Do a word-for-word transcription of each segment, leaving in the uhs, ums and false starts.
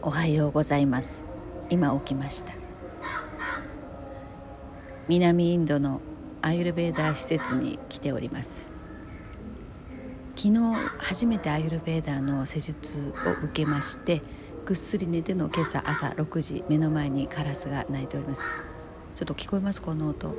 おはようございます。今起きました。南インドのアーユルヴェーダー施設に来ております。昨日初めてアーユルヴェーダーの施術を受けまして、ぐっすり寝ての今朝朝ろくじ、目の前にカラスが鳴いております。ちょっと聞こえます？この音。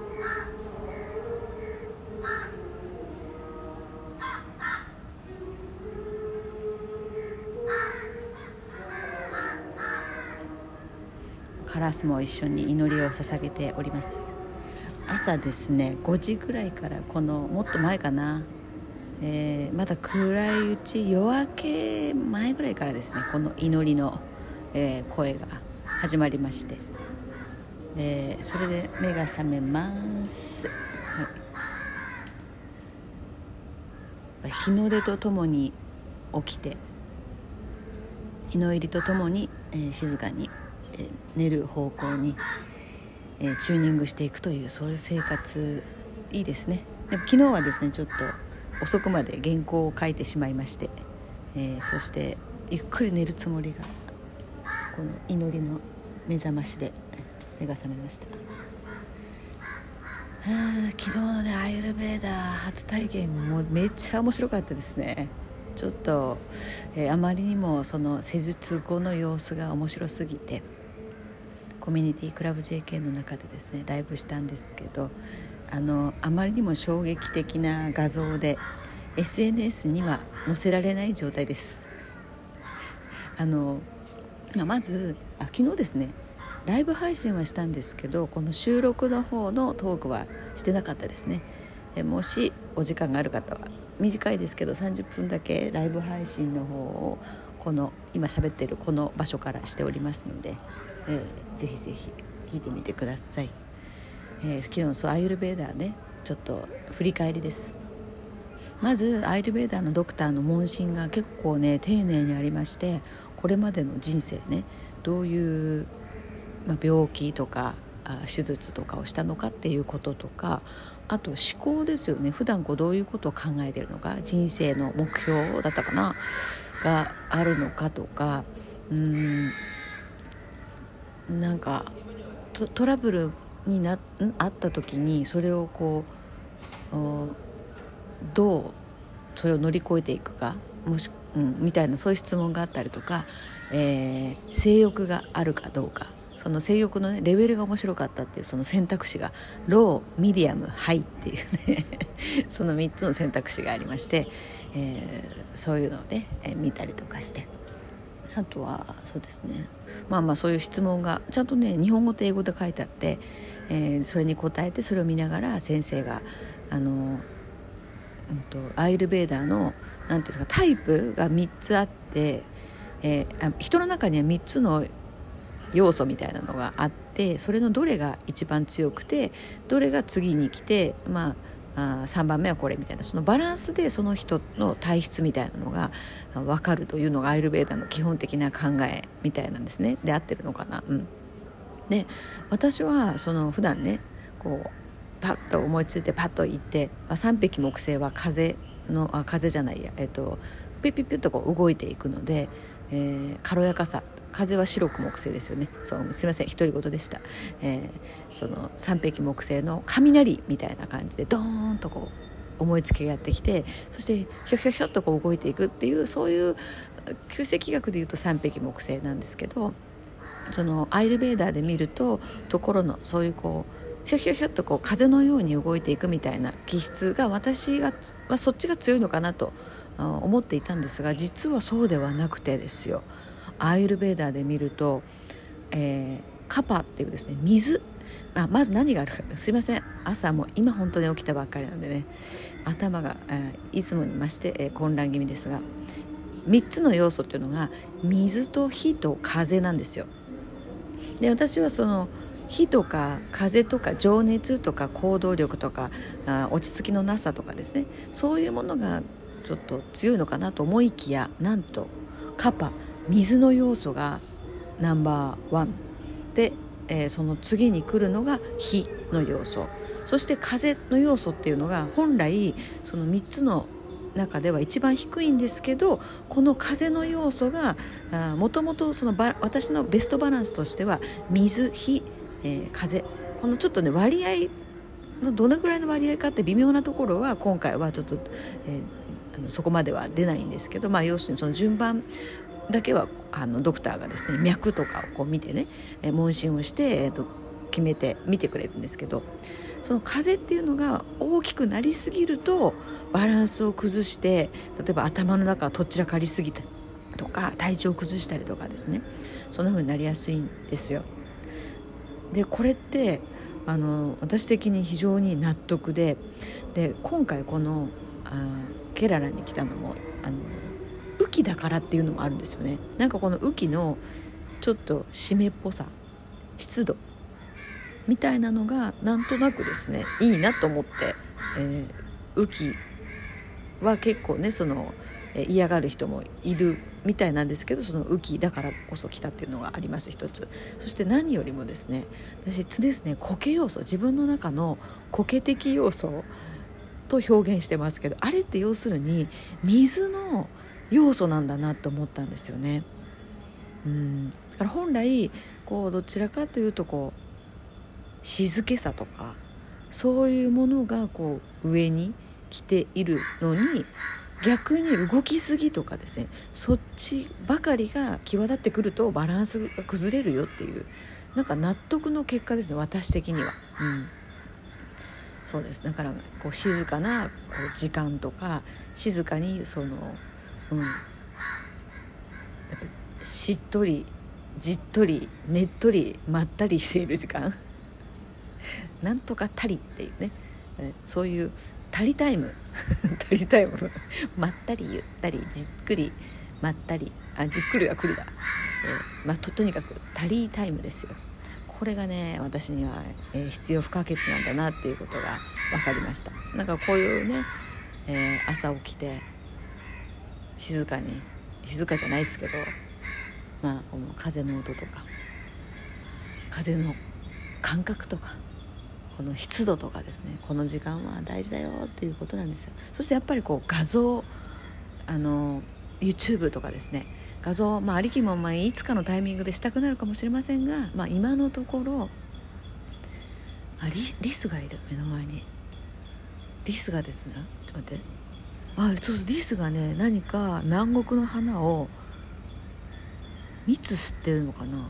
カラスも一緒に祈りを捧げております。朝ですね、ごじぐらいから、このもっと前かな、えー、まだ暗いうち、夜明け前ぐらいからですね、この祈りの、えー、声が始まりまして、えー、それで目が覚めます、はい、日の出とともに起きて、日の入りとともに、えー、静かに寝る方向に、えー、チューニングしていくという、そういう生活いいですね。でも昨日はですね、ちょっと遅くまで原稿を書いてしまいまして、えー、そしてゆっくり寝るつもりが、この祈りの目覚ましで目が覚めました。は昨日のね、アーユルヴェーダー初体験もめっちゃ面白かったですね。ちょっと、えー、あまりにもその施術後の様子が面白すぎて、コミュニティクラブ ジェーケー の中でですねライブしたんですけど、あのあまりにも衝撃的な画像で エスエヌエス には載せられない状態です。あのまずあ昨日ですね、ライブ配信はしたんですけど、この収録の方のトークはしてなかったですね。えもしお時間がある方は、短いですけどさんじゅっぷんだけライブ配信の方をこの今喋っているこの場所からしておりますので、えー、ぜひぜひ聞いてみてください。えー、昨日のそうアーユルヴェーダーね、ちょっと振り返りです。まずアーユルヴェーダーのドクターの問診が結構ね丁寧にありまして、これまでの人生ね、どういう、まあ、病気とか手術とかをしたのかっていうこととか、あと思考ですよね。普段こうどういうことを考えているのか、人生の目標だったかながあるのかとか、うーんなんか ト, トラブルになあった時に、それをこうどうそれを乗り越えていくか、もし、うん、みたいな、そういう質問があったりとか、えー、性欲があるかどうか、その性欲の、ね、レベルが面白かったっていう、その選択肢がロー、ミディアム、ハイっていうねそのみっつの選択肢がありまして、えー、そういうのをね、えー、見たりとかして、あとはそうですね、まあまあそういう質問がちゃんとね日本語と英語で書いてあって、えー、それに答えて、それを見ながら先生があの、うんと、アーユルヴェーダーのなんていうんですか、タイプがみっつあって、えー、あ人の中にはみっつの要素みたいなのがあって、それのどれが一番強くて、どれが次に来て、まああさんばんめはこれみたいな、そのバランスでその人の体質みたいなのが分かるというのがアーユルヴェーダの基本的な考えみたいなんですね。で合ってるのかな、うん、で私はその普段ね、こうパッと思いついてパッと言って、まあ、三匹木星は風のあ風じゃないや、えっとピュッピュッピュッとこう動いていくので、えー、軽やかさ、風は白く木星ですよね。そうすいません、独り言でした。えー、その三匹木星の雷みたいな感じでドーンとこう思いつきがやってきて、そしてひょひょひょっとこう動いていくっていう、そういう九星学でいうと三匹木星なんですけど、そのアーユルヴェーダーで見るとところのそういうこうひょひょひょっとこう風のように動いていくみたいな気質が、私がはそっちが強いのかなと思っていたんですが、実はそうではなくてですよ。アーユルヴェーダーで見ると、えー、カパっていうですね、水、あまず何があるか、すいません、朝もう今本当に起きたばっかりなんでね、頭が、えー、いつもに増して、えー、混乱気味ですが、みっつの要素っていうのが水と火と風なんですよ。で私はその火とか風とか情熱とか行動力とか、あ落ち着きのなさとかですね、そういうものがちょっと強いのかなと思いきや、なんとカパ、水の要素がナンバーワンで、えー、その次に来るのが火の要素、そして風の要素っていうのが本来そのみっつの中では一番低いんですけど、この風の要素がもともと私のベストバランスとしては水、火、えー、風、このちょっとね割合のどのぐらいの割合かって微妙なところは今回はちょっと、えー、あのそこまでは出ないんですけど、まあ、要するにその順番だけはあのドクターがですね脈とかをこう見てね、えー、問診をして、えーと決めて見てくれるんですけど、その風っていうのが大きくなりすぎるとバランスを崩して、例えば頭の中がとっちらかりすぎたとか体調を崩したりとかですね、そんな風になりやすいんですよ。でこれってあの私的に非常に納得で、で今回このあケララに来たのもあの雨季だからっていうのもあるんですよね。なんかこの雨季のちょっと湿っぽさ、湿度みたいなのがなんとなくですねいいなと思って、えー、雨季は結構ねその、えー、嫌がる人もいるみたいなんですけど、その雨季だからこそ来たっていうのがあります一つ。そして何よりもですね、私ですね苔要素、自分の中の苔的要素と表現してますけど、あれって要するに水の要素なんだなと思ったんですよね。うん、だから本来こうどちらかというとこう静けさとかそういうものがこう上に来ているのに、逆に動きすぎとかですね、そっちばかりが際立ってくるとバランスが崩れるよっていう、なんか納得の結果ですね、私的には。うん、そうです。だからこう静かなこう時間とか、静かにその、うん、しっとりじっとりねっとりまったりしている時間なんとかたりっていうね、そういうたりタイムたりタイムまったりゆったりじっくりまったり、あじっくりはくりだ、えーまあ、と, とにかくたりタイムですよ。これがね私には、えー、必要不可欠なんだなっていうことが分かりました。なんかこういうね、えー、朝起きて静かに、静かじゃないですけど、まあこの風の音とか風の感覚とかこの湿度とかですね、この時間は大事だよっていうことなんですよ。そしてやっぱりこう画像、あの YouTube とかですね、画像、まあ、ありきもまあいつかのタイミングでしたくなるかもしれませんが、まあ、今のところあ リ, リスがいる、目の前にリスがですね、ちょっと待って、あそうそうリスがね、何か南国の花を蜜吸ってるのかな。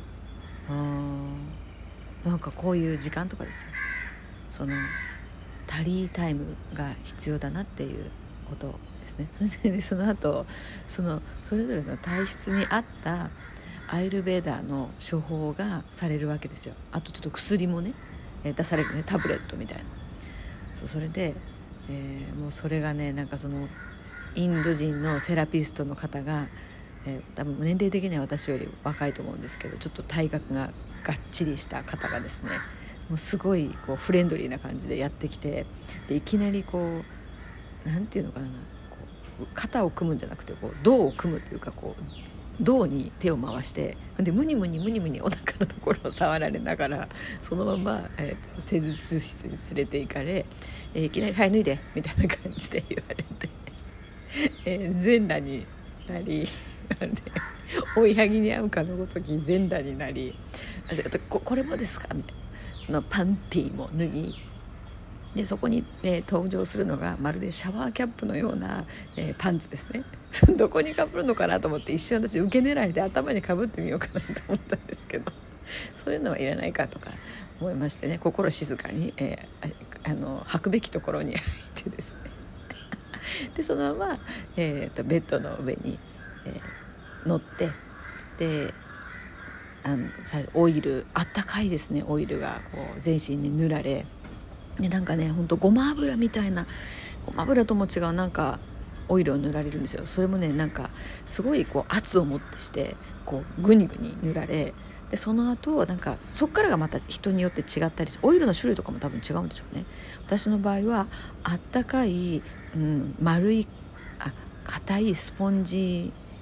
あなんかこういう時間とかですよ、そのタリータイムが必要だなっていうことですね。それで、ね、その後そのそれぞれの体質に合ったアイルベーダーの処方がされるわけですよ。あとちょっと薬もね出されるね、タブレットみたいな。そうそれで、えー、もうそれがね、なんかそのインド人のセラピストの方が、えー、多分年齢的には私より若いと思うんですけど、ちょっと体格ががっちりした方がですね、もうすごいこうフレンドリーな感じでやってきて、でいきなりこうなんていうのかな、こう肩を組むんじゃなくてこう胴を組むというか、こう胴に手を回して、でムニムニムニムニお腹のところを触られながらそのまま、えー、と施術室に連れて行かれ、えー、いきなりはい脱いでみたいな感じで言われて、えー、全裸になり追いはぎに合うかのごとき全裸になり、あこ, これもですかみたいな、そのパンティーも脱ぎで、そこに、えー、登場するのがまるでシャワーキャップのような、えー、パンツですね。どこにかぶるのかなと思って一瞬私受け狙いで頭にかぶってみようかなと思ったんですけど、そういうのはいらないかとか思いましてね、心静かに、えー、あの履くべきところに入ってですねでそのまま、えー、とベッドの上に、えー、乗って、であのオイル、あったかいですね、オイルがこう全身に塗られ、でなんかね、ほんとごま油みたいな、ごま油とも違うなんかオイルを塗られるんですよ。それもね、なんかすごいこう圧をもってしてこうグニグニ塗られ、でその後なんかそっからがまた人によって違ったり、オイルの種類とかも多分違うんでしょうね。私の場合はあったかい、うん、丸いあ硬いスポンジ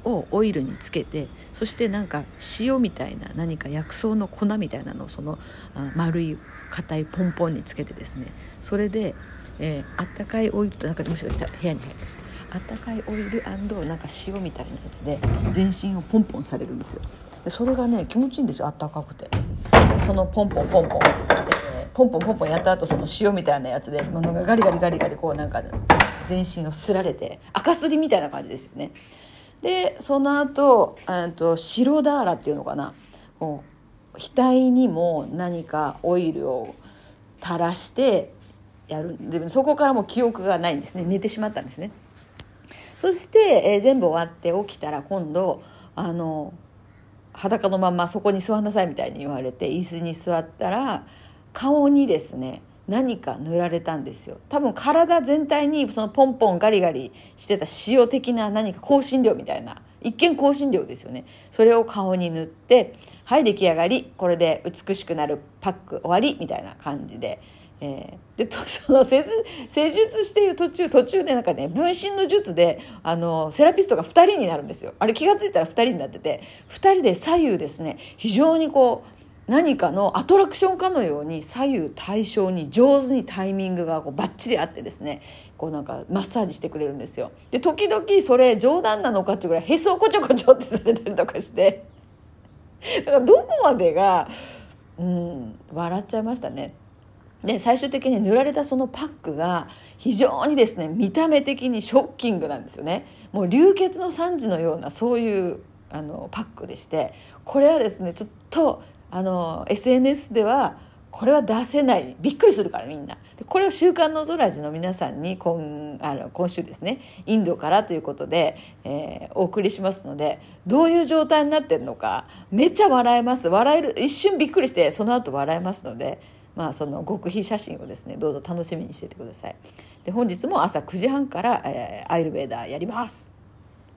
をオイルにつけて、そしてなんか塩みたいな何か薬草の粉みたいなのをそのあ丸い硬いポンポンにつけてですね、それで、えー、あったかいオイルとなんかむしろ部屋に入ってあったかいオイル&なんか塩みたいなやつで全身をポンポンされるんですよ。でそれがね気持ちいいんですよ、あったかくて。でそのポンポンポンポン、えー、ポンポンポンポンやった後、その塩みたいなやつでものがガリガリガリガリこうなんか全身をすられて赤すりみたいな感じですよね。でその後あと白ダーラっていうのかな、こう額にも何かオイルを垂らしてやる。でそこからもう記憶がないんですね、寝てしまったんですね。そして、えー、全部終わって起きたら今度あの裸のままそこに座んなさいみたいに言われて椅子に座ったら、顔にですね何か塗られたんですよ。多分体全体にそのポンポンガリガリしてた塩的な何か香辛料みたいな、一見香辛料ですよね。それを顔に塗って、はい出来上がり、これで美しくなるパック終わりみたいな感じで、えー、でとその施施術している途中途中でなんかね分身の術であのセラピストがふたりになるんですよ。あれ気がついたらふたりになってて、ふたりで左右ですね、非常にこう何かのアトラクションかのように左右対称に上手にタイミングがこうバッチリあってですね、こうなんかマッサージしてくれるんですよ。で時々それ冗談なのかっていうぐらいへそをこちょこちょってされたりとかしてだからどこまでがうん笑っちゃいましたね。で最終的に塗られたそのパックが非常にですね見た目的にショッキングなんですよね。もう流血の惨事のようなそういうあのパックでして、これはですねちょっとあの エスエヌエス ではこれは出せない、びっくりするからみんな。でこれを週刊の空寺の皆さんに 今, あの今週ですねインドからということで、えー、お送りしますので、どういう状態になってるのかめっちゃ笑えます。笑える、一瞬びっくりしてその後笑えますので、まあ、その極秘写真をですねどうぞ楽しみにしててください。で本日も朝くじはんから、えー、アイルベーダーやります。